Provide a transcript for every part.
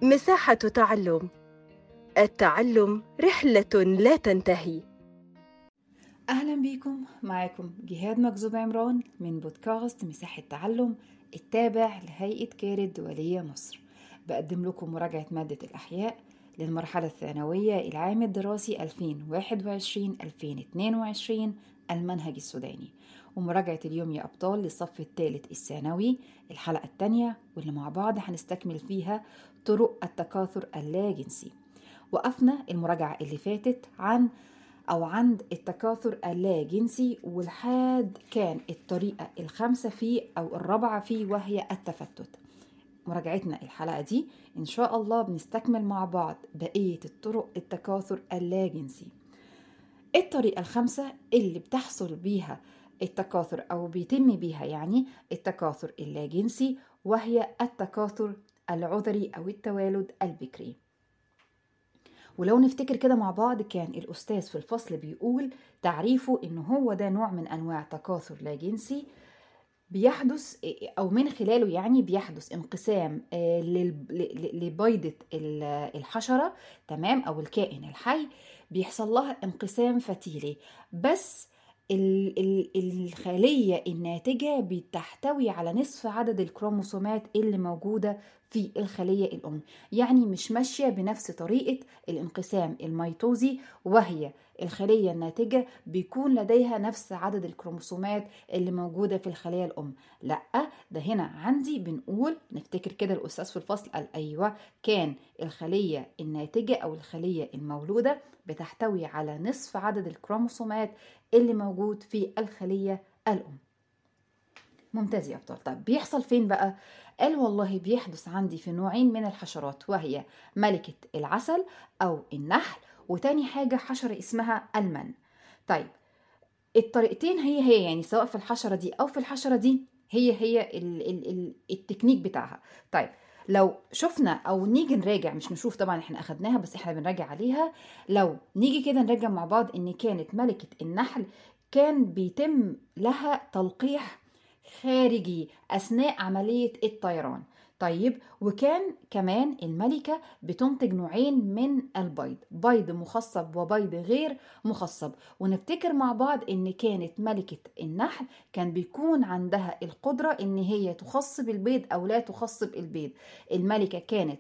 مساحة تعلم. التعلم رحلة لا تنتهي. أهلا بيكم، معاكم جهاد مكذوب عمران من بودكاست مساحة تعلم التابع لهيئة كير الدولية مصر. بقدم لكم مراجعة مادة الأحياء للمرحلة الثانوية العام الدراسي 2021-2022 المنهج السوداني، ومراجعة اليوم يا أبطال للصف الثالث الثانوي الحلقة الثانية، واللي مع بعض هنستكمل فيها طرق التكاثر اللاجنسي. وقفنا المراجعة اللي فاتت عند التكاثر اللاجنسي، والحاد كان الطريقة الخامسة فيه أو الرابعة فيه وهي التفتت. مراجعتنا الحلقة دي إن شاء الله بنستكمل مع بعض بقية الطرق التكاثر اللاجنسي. الطريقة الخامسة اللي بتحصل بيها التكاثر أو بيتم بيها يعني التكاثر اللاجنسي وهي التكاثر العذري أو التوالد البكري. ولو نفتكر كده مع بعض، كان الأستاذ في الفصل بيقول تعريفه إنه هو ده نوع من أنواع تكاثر لا جنسي بيحدث أو من خلاله يعني بيحدث انقسام لبيضة الحشرة، تمام، أو الكائن الحي بيحصل لها انقسام فتيلي، بس الخلية الناتجة بتحتوي على نصف عدد الكروموسومات اللي موجودة في الخلية الأم، يعني مش ماشية بنفس طريقة الانقسام الميتوزي، وهي الخلية الناتجة بيكون لديها نفس عدد الكروموسومات اللي موجودة في الخلية الأم. لأ، ده هنا عندي بنقول نفتكر كده الأستاذ في الفصل قال أيوة، كان الخلية الناتجة أو الخلية المولودة بتحتوي على نصف عدد الكروموسومات اللي موجود في الخلية الأم. ممتاز يا أبطال. طيب بيحصل فين بقى؟ قال والله بيحدث عندي في نوعين من الحشرات، وهي ملكة العسل أو النحل، وتاني حاجة حشرة اسمها المن. طيب الطريقتين هي يعني سواء في الحشرة دي أو في الحشرة دي هي التكنيك بتاعها. طيب لو شفنا أو نيجي نراجع، مش نشوف طبعا احنا أخدناها بس احنا بنراجع عليها، لو نيجي كده نراجع مع بعض إن كانت ملكة النحل كان بيتم لها تلقيح خارجي أثناء عملية الطيران. طيب وكان كمان الملكة بتنتج نوعين من البيض، بيض مخصب وبيض غير مخصب. ونفتكر مع بعض ان كانت ملكة النحل كان بيكون عندها القدرة ان هي تخصب البيض او لا تخصب البيض. الملكة كانت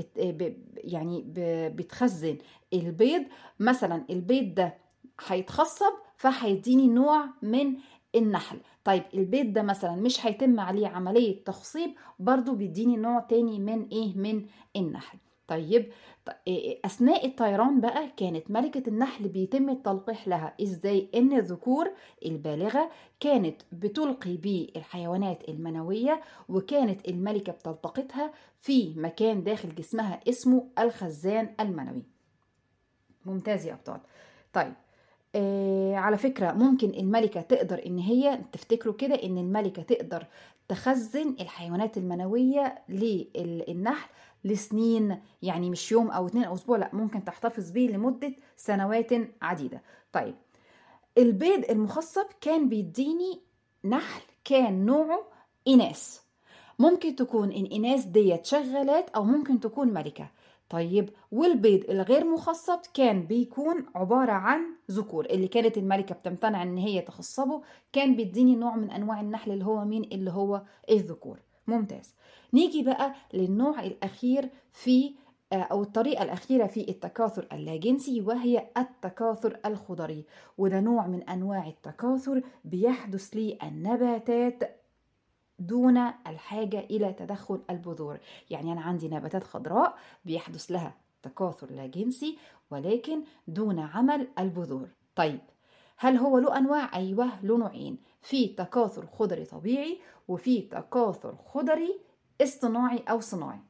بتخزن البيض، مثلا البيض ده هيتخصب فهيديني نوع من النحل. طيب البيض ده مثلا مش هيتم عليه عملية تخصيب، برضو بيديني نوع تاني من النحل. طيب أثناء الطيران بقى كانت ملكة النحل بيتم التلقيح لها إزاي؟ إن الذكور البالغة كانت بتلقي بالحيوانات المنوية، وكانت الملكة بتلتقطها في مكان داخل جسمها اسمه الخزان المنوي. ممتاز يا أبطال. طيب على فكرة ممكن الملكة تقدر ان هي تفتكروا كده ان الملكة تقدر تخزن الحيوانات المنوية للنحل لسنين، يعني مش يوم او 2 أو اسبوع، لا ممكن تحتفظ به لمدة سنوات عديدة. طيب البيض المخصب كان بيديني نحل كان نوعه إناث، ممكن تكون الإناث ديت شغالات أو ممكن تكون ملكة. طيب والبيض الغير مخصب كان بيكون عبارة عن ذكور، اللي كانت الملكة بتمتنع ان هي تخصبه، كان بيديني نوع من انواع النحل اللي هو مين؟ اللي هو الذكور. ممتاز. نيجي بقى للنوع الأخير في أو الطريقة الأخيرة في التكاثر اللاجنسي، وهي التكاثر الخضري. وده نوع من أنواع التكاثر بيحدث للنباتات دون الحاجة إلى تدخل البذور. يعني أنا عندي نباتات خضراء بيحدث لها تكاثر لا جنسي ولكن دون عمل البذور. طيب هل هو له أنواع؟ أيوه، له نوعين، في تكاثر خضري طبيعي وفي تكاثر خضري اصطناعي أو صناعي.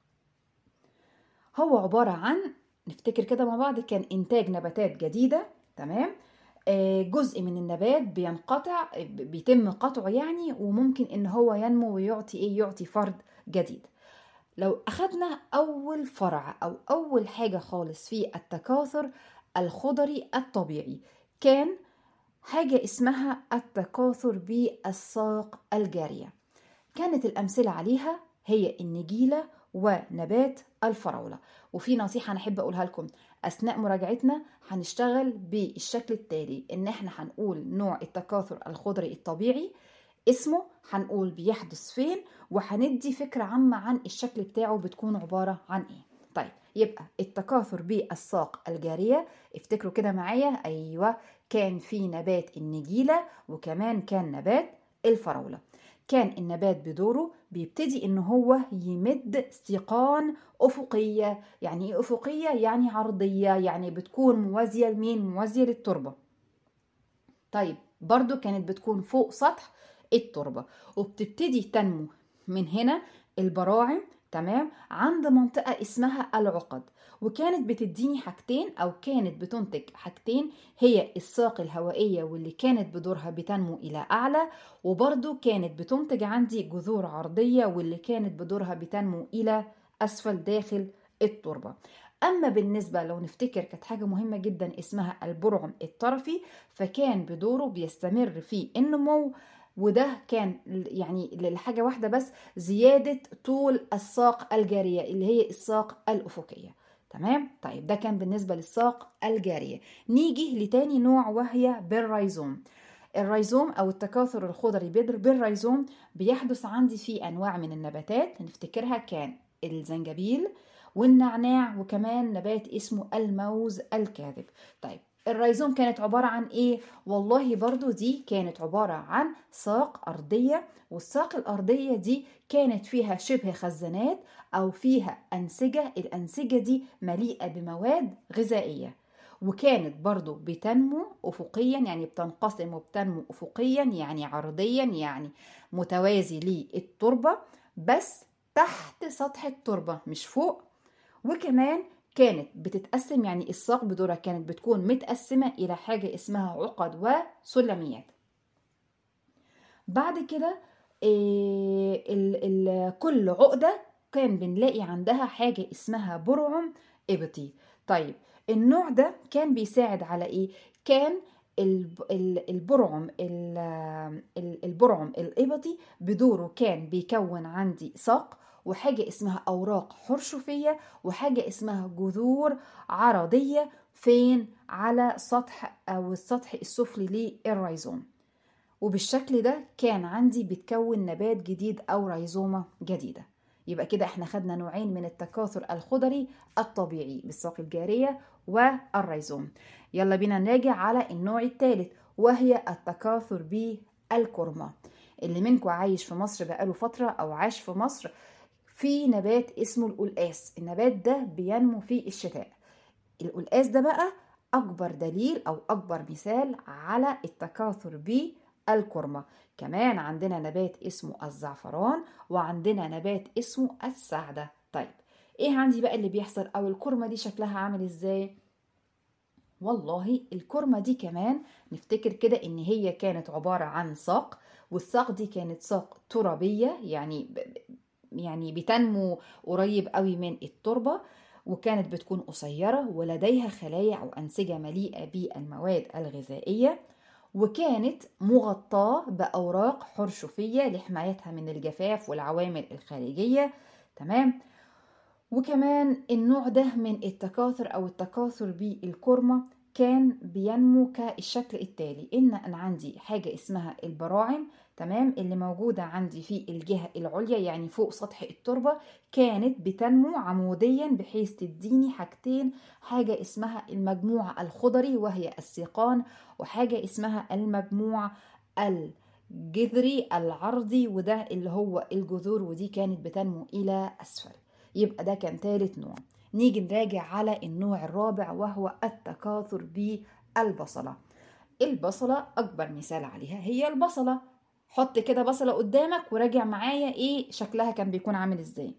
هو عبارة عن نفتكر كده مع بعض، كان إنتاج نباتات جديدة، تمام، جزء من النبات بينقطع، بيتم قطعه يعني، وممكن ان هو ينمو ويعطي يعطي فرد جديد. لو اخدنا اول فرع او اول حاجة خالص في التكاثر الخضري الطبيعي، كان حاجة اسمها التكاثر بالساق الجارية. كانت الامثلة عليها هي النجيلة ونبات الفراولة. وفي نصيحة أنا أحب أقولها لكم أثناء مراجعتنا، هنشتغل بالشكل التالي، إن إحنا هنقول نوع التكاثر الخضري الطبيعي، اسمه، هنقول بيحدث فين، وهندي فكرة عامة عن الشكل بتاعه بتكون عبارة عن إيه. طيب، يبقى التكاثر بالساق الجارية، افتكروا كده معايا، أيوة، كان في نبات النجيلة وكمان كان نبات الفراولة. كان النبات بدوره بيبتدي إن هو يمد سيقان أفقية. يعني إيه أفقية؟ يعني عرضية، يعني بتكون موازية لمين؟ موازية للتربة. طيب، برضو كانت بتكون فوق سطح التربة، وبتبتدي تنمو من هنا البراعم، تمام، عند منطقة اسمها العقد. وكانت بتديني حاجتين، أو كانت بتنتج حاجتين، هي الساق الهوائية واللي كانت بدورها بتنمو إلى أعلى، وبرضو كانت بتنتج عندي جذور عرضية واللي كانت بدورها بتنمو إلى أسفل داخل التربة. أما بالنسبة لو نفتكر، كانت حاجة مهمة جدا اسمها البرعم الطرفي، فكان بدوره بيستمر في النمو، وده كان يعني لحاجة واحدة بس، زيادة طول الساق الجارية اللي هي الساق الأفقية. تمام. طيب، ده كان بالنسبة للساق الجارية. نيجي لتاني نوع وهي بالريزوم. الريزوم أو التكاثر الخضري بالريزوم بيحدث عندي في أنواع من النباتات، نفتكرها كان الزنجبيل والنعناع وكمان نبات اسمه الموز الكاذب. طيب، الريزوم كانت عبارة عن ايه؟ والله برضو دي كانت عبارة عن ساق أرضية، والساق الأرضية دي كانت فيها شبه خزانات أو فيها أنسجة. الأنسجة دي مليئة بمواد غذائية، وكانت برضو بتنمو أفقيا، يعني بتنقسم وبتنمو أفقيا، يعني عرضيا، يعني متوازي للتربة، بس تحت سطح التربة مش فوق. وكمان كانت بتتقسم، يعني الساق بدورها كانت بتكون متقسمة إلى حاجة اسمها عقد وسلميات. بعد كده كل عقدة كان بنلاقي عندها حاجة اسمها برعم إبطي. طيب، النوع ده كان بيساعد على إيه؟ كان البرعم الإبطي بدوره كان بيكون عندي ساق، وحاجة اسمها أوراق حرشفية، وحاجة اسمها جذور عرضية، فين؟ على سطح أو السطح السفلي للريزوم. وبالشكل ده كان عندي بتكون نبات جديد أو ريزومة جديدة. يبقى كده احنا خدنا نوعين من التكاثر الخضري الطبيعي بالساق الجارية والريزوم. يلا بينا نراجع على النوع الثالث، وهي التكاثر بالكرمة. اللي منكم عايش في مصر بقاله فترة أو عاش في مصر، في نبات اسمه القلقاس. النبات ده بينمو في الشتاء. القلقاس ده بقى أكبر دليل أو أكبر مثال على التكاثر بالكرمة. كمان عندنا نبات اسمه الزعفران، وعندنا نبات اسمه السعدة. طيب، ايه عندي بقى اللي بيحصل، او الكرمة دي شكلها عامل ازاي؟ والله الكرمة دي كمان نفتكر كده ان هي كانت عبارة عن ساق، والساق دي كانت ساق ترابية، يعني بتنمو قريب قوي من التربة، وكانت بتكون قصيرة ولديها خلايا أو أنسجة مليئة بالمواد الغذائية، وكانت مغطاة بأوراق حرشفية لحمايتها من الجفاف والعوامل الخارجية. تمام. وكمان النوع ده من التكاثر أو التكاثر بالكرمة كان بينمو كالشكل التالي، إن أنا عندي حاجة اسمها البراعم، تمام، اللي موجودة عندي في الجهة العليا يعني فوق سطح التربة، كانت بتنمو عموديا بحيث تديني حاجتين، حاجة اسمها المجموع الخضري وهي السيقان، وحاجة اسمها المجموع الجذري العرضي وده اللي هو الجذور، ودي كانت بتنمو إلى أسفل. يبقى ده كان ثالث نوع. نيجي نراجع على النوع الرابع وهو التكاثر بالبصلة. البصلة أكبر مثال عليها هي البصلة. حط كده بصلة قدامك وراجع معايا ايه شكلها كان بيكون عامل ازاي.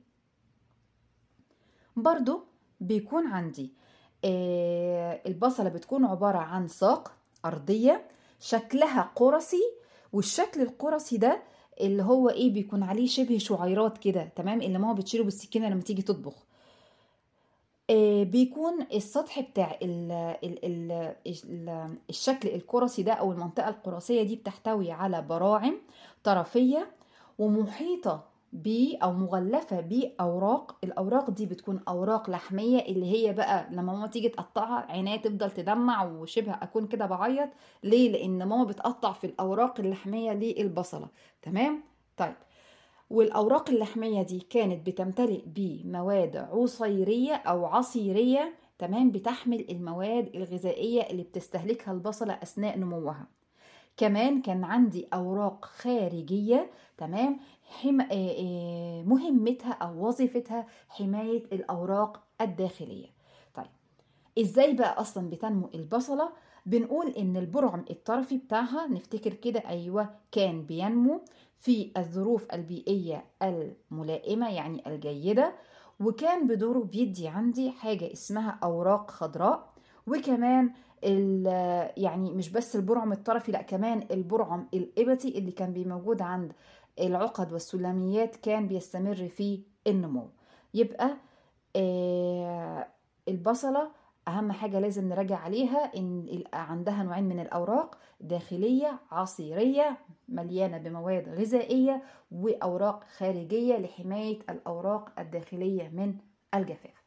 برضو بيكون عندي البصلة بتكون عبارة عن ساق أرضية شكلها قرصي، والشكل القرصي ده اللي هو ايه بيكون عليه شبه شعيرات كده، تمام، اللي ماما بتشيله بالسكينة لما تيجي تطبخ. بيكون السطح بتاع الشكل القرصي ده او المنطقة القرصية دي بتحتوي على براعم طرفية ومحيطة أو مغلفة بأوراق. الأوراق دي بتكون أوراق لحمية، اللي هي بقى لما ماما تيجي تقطعها عينيها تفضل تدمع وشبه أكون كده بعيط. ليه؟ لأن ماما بتقطع في الأوراق اللحمية للبصلة. تمام؟ طيب، والأوراق اللحمية دي كانت بتمتلئ بمواد عصيرية أو عصيرية، تمام، بتحمل المواد الغذائية اللي بتستهلكها البصلة أثناء نموها. كمان كان عندي أوراق خارجية، تمام، مهمتها أو وظيفتها حماية الأوراق الداخلية. طيب، إزاي بقى أصلا بتنمو البصلة؟ بنقول إن البرعم الطرفي بتاعها، نفتكر كده، أيوة، كان بينمو في الظروف البيئية الملائمة يعني الجيدة، وكان بدوره بيدي عندي حاجة اسمها أوراق خضراء. وكمان يعني مش بس البرعم الطرفي، لا، كمان البرعم الإبطي اللي كان موجود عند العقد والسلميات كان بيستمر في النمو. يبقى البصلة أهم حاجة لازم نراجع عليها إن عندها نوعين من الأوراق: داخلية عصيرية مليانة بمواد غذائية، وأوراق خارجية لحماية الأوراق الداخلية من الجفاف.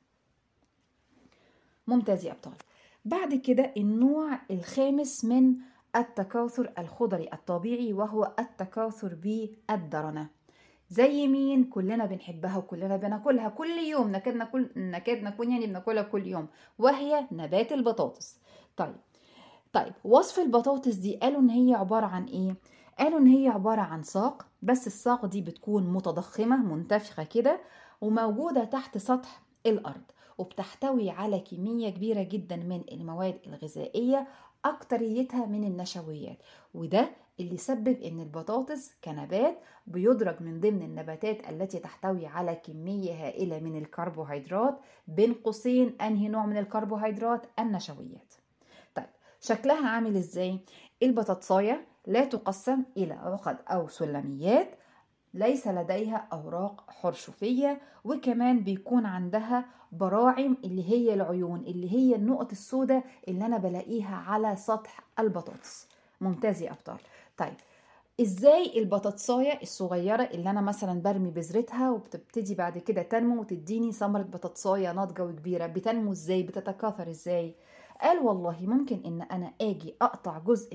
ممتاز يا أبطال. بعد كده النوع الخامس من التكاثر الخضري الطبيعي، وهو التكاثر بالدرنة. زي مين؟ كلنا بنحبها وكلنا بناكلها كل يوم، نكاد نكون يعني بناكلها كل يوم، وهي نبات البطاطس. طيب، وصف البطاطس دي قالوا ان هي عبارة عن ايه؟ قالوا ان هي عبارة عن ساق، بس الساق دي بتكون متضخمة منتفخة كده، وموجودة تحت سطح الأرض، وبتحتوي على كمية كبيرة جدا من المواد الغذائية، أكتريتها من النشويات. وده اللي سبب ان البطاطس كنبات بيدرج من ضمن النباتات التي تحتوي على كمية هائلة من الكربوهيدرات، بين قوسين انهي نوع من الكربوهيدرات؟ النشويات. طيب، شكلها عامل ازاي؟ البطاطساية لا تقسم إلى عقد أو سلميات، ليس لديها أوراق حرشفية، وكمان بيكون عندها براعم اللي هي العيون، اللي هي النقط السوداء اللي أنا بلاقيها على سطح البطاطس. ممتاز يا أبطال. طيب، ازاي البطاطساية الصغيرة اللي أنا مثلا برمي بذرتها وبتبتدي بعد كده تنمو وتديني ثمرة بطاطساية ناضجة وكبيرة، بتنمو ازاي؟ بتتكاثر ازاي؟ قال والله ممكن ان انا اجي اقطع جزء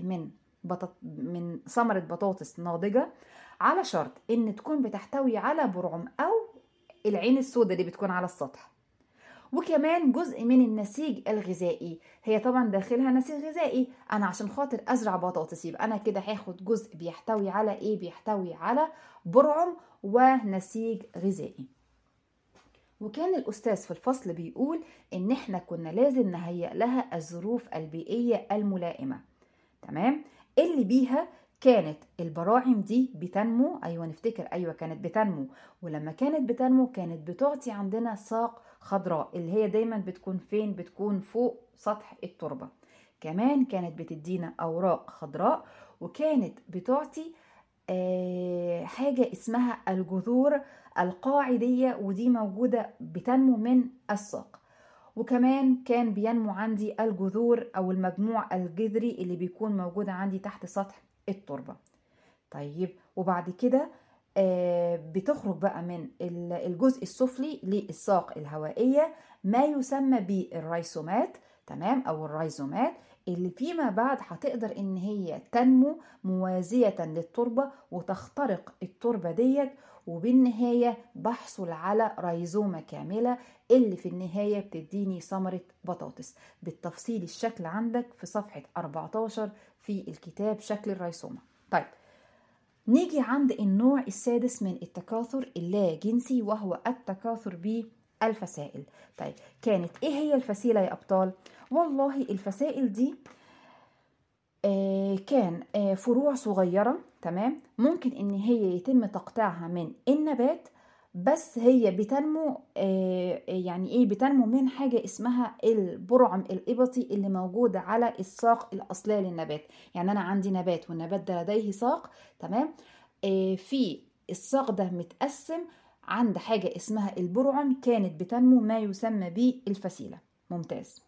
من ثمرة بطاطس ناضجة، على شرط ان تكون بتحتوي على برعم او العين السوداء اللي بتكون على السطح، وكمان جزء من النسيج الغذائي. هي طبعا داخلها نسيج غذائي، انا عشان خاطر ازرع بطاطس يبقى انا كده هاخد جزء بيحتوي على ايه؟ بيحتوي على برعم ونسيج غذائي. وكان الأستاذ في الفصل بيقول إن إحنا كنا لازم نهيئ لها الظروف البيئية الملائمة، تمام، اللي بيها كانت البراعم دي بتنمو. أيوة نفتكر، أيوة كانت بتنمو، ولما كانت بتنمو كانت بتعطي عندنا ساق خضراء، اللي هي دايما بتكون فين؟ بتكون فوق سطح التربة. كمان كانت بتدينا أوراق خضراء، وكانت بتعطي حاجة اسمها الجذور القاعدية، ودي موجودة بتنمو من الساق. وكمان كان بينمو عندي الجذور أو المجموع الجذري اللي بيكون موجود عندي تحت سطح التربة. طيب، وبعد كده بتخرج بقى من الجزء السفلي للساق الهوائية ما يسمى بالريسومات، تمام، أو الريزومات، اللي فيما بعد هتقدر ان هي تنمو موازية للتربة وتخترق التربة ديت، وبالنهاية بحصل على ريزومة كاملة اللي في النهاية بتديني ثمرة بطاطس. بالتفصيل الشكل عندك في صفحة 14 في الكتاب شكل الريزومة. طيب، نيجي عند النوع السادس من التكاثر اللا جنسي، وهو التكاثر بالفسائل. طيب، كانت ايه هي الفسيلة يا أبطال؟ والله الفسائل دي كان فروع صغيرة، تمام، ممكن ان هي يتم تقطيعها من النبات، بس هي بتنمو يعني ايه؟ بتنمو من حاجة اسمها البرعم الإبطي اللي موجودة على الساق الأصلية للنبات. يعني أنا عندي نبات والنبات ده لديه ساق، تمام، في الساق ده متقسم عند حاجة اسمها البرعم، كانت بتنمو ما يسمى بالفسيلة. ممتاز.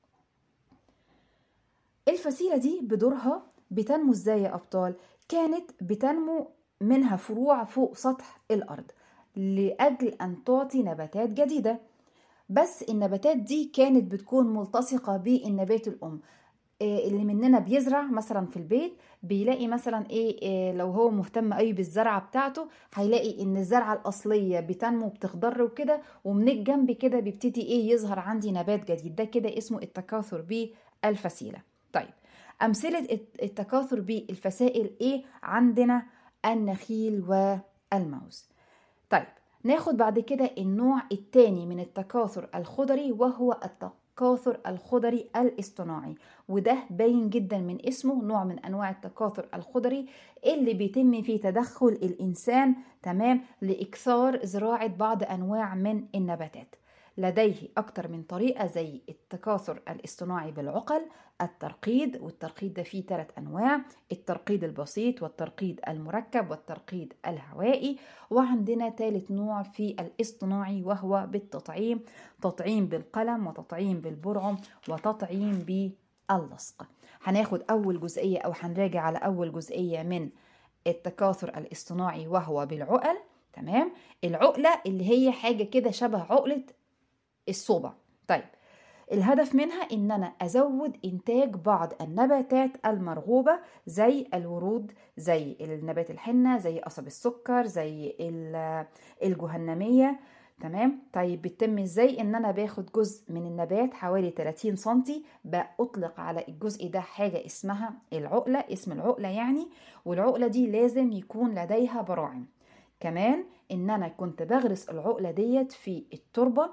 الفسيلة دي بدورها بتنمو ازاي يا أبطال؟ كانت بتنمو منها فروع فوق سطح الأرض. لأجل أن تعطي نباتات جديدة. بس النباتات دي كانت بتكون ملتصقة بالنبات الأم. اللي مننا بيزرع مثلا في البيت بيلاقي مثلا لو هو مهتم قوي بالزرعة بتاعته هيلاقي ان الزرعة الأصلية بتنمو بتخضر وكده، ومن الجنب كده بيبتدي يظهر عندي نبات جديد. ده كده اسمه التكاثر بالفسيلة. طيب، أمثلة التكاثر بالفسائل عندنا النخيل والموز. طيب، ناخد بعد كده النوع التاني من التكاثر الخضري، وهو التكاثر الخضري الاصطناعي. وده باين جدا من اسمه، نوع من انواع التكاثر الخضري اللي بيتم فيه تدخل الانسان لاكثار زراعة بعض انواع من النباتات. لديه أكتر من طريقة، زي التكاثر الاصطناعي بالعقل، الترقيد، والترقيد ده فيه 3 أنواع: الترقيد البسيط والترقيد المركب والترقيد الهوائي. وعندنا 3 نوع في الاصطناعي، وهو بالتطعيم، تطعيم بالقلم وتطعيم بالبرعم وتطعيم باللصق. هناخد أول جزئية أو هنراجع على أول جزئية من التكاثر الاصطناعي، وهو بالعقل. تمام، العقلة اللي هي حاجة كده شبه عقلة الصوبع. طيب، الهدف منها ان انا ازود انتاج بعض النباتات المرغوبة، زي الورود، زي النبات الحنة، زي قصب السكر، زي الجهنمية. تمام. طيب، بيتم ازاي؟ ان انا باخد جزء من النبات حوالي 30 سنتي، بأطلق على الجزء ده حاجة اسمها العقلة، اسم العقلة يعني. والعقلة دي لازم يكون لديها براعم. كمان ان انا كنت بغرس العقلة ديت في التربة،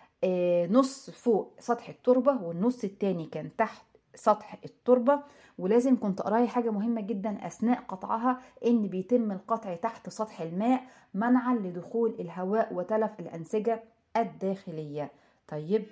نص فوق سطح التربة والنص التاني كان تحت سطح التربة. ولازم كنت أراعي حاجة مهمة جدا أثناء قطعها، إن بيتم القطع تحت سطح الماء منعا لدخول الهواء وتلف الأنسجة الداخلية. طيب،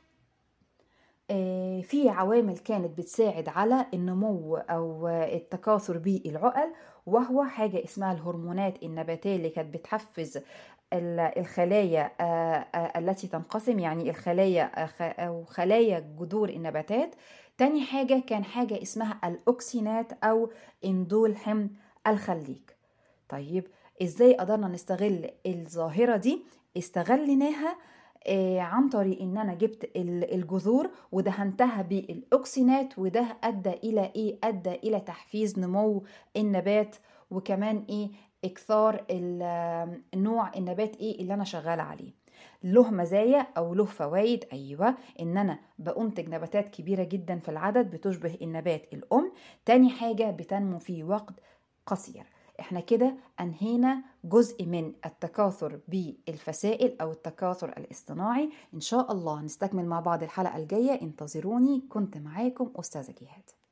في عوامل كانت بتساعد على النمو أو التكاثر بالعقل، وهو حاجة اسمها الهرمونات النباتية اللي كانت بتحفز الخلايا التي تنقسم، يعني الخلايا أو خلايا جذور النباتات. تاني حاجة كان حاجة اسمها الأوكسينات أو اندول حمض الخليك. طيب، ازاي قدرنا نستغل الظاهرة دي؟ استغلناها عن طريق ان انا جبت الجذور ودهنتها بالاوكسينات، وده ادى الى تحفيز نمو النبات، وكمان اكثار نوع النبات اللي انا شغاله عليه. له مزايا او له فوائد، ايوه، ان انا بأنتج نباتات كبيره جدا في العدد بتشبه النبات الام. تاني حاجه بتنمو في وقت قصير. احنا كده انهينا جزء من التكاثر بالفسائل او التكاثر الاصطناعي. ان شاء الله نستكمل مع بعض الحلقه الجايه، انتظروني. كنت معاكم استاذه جهاد.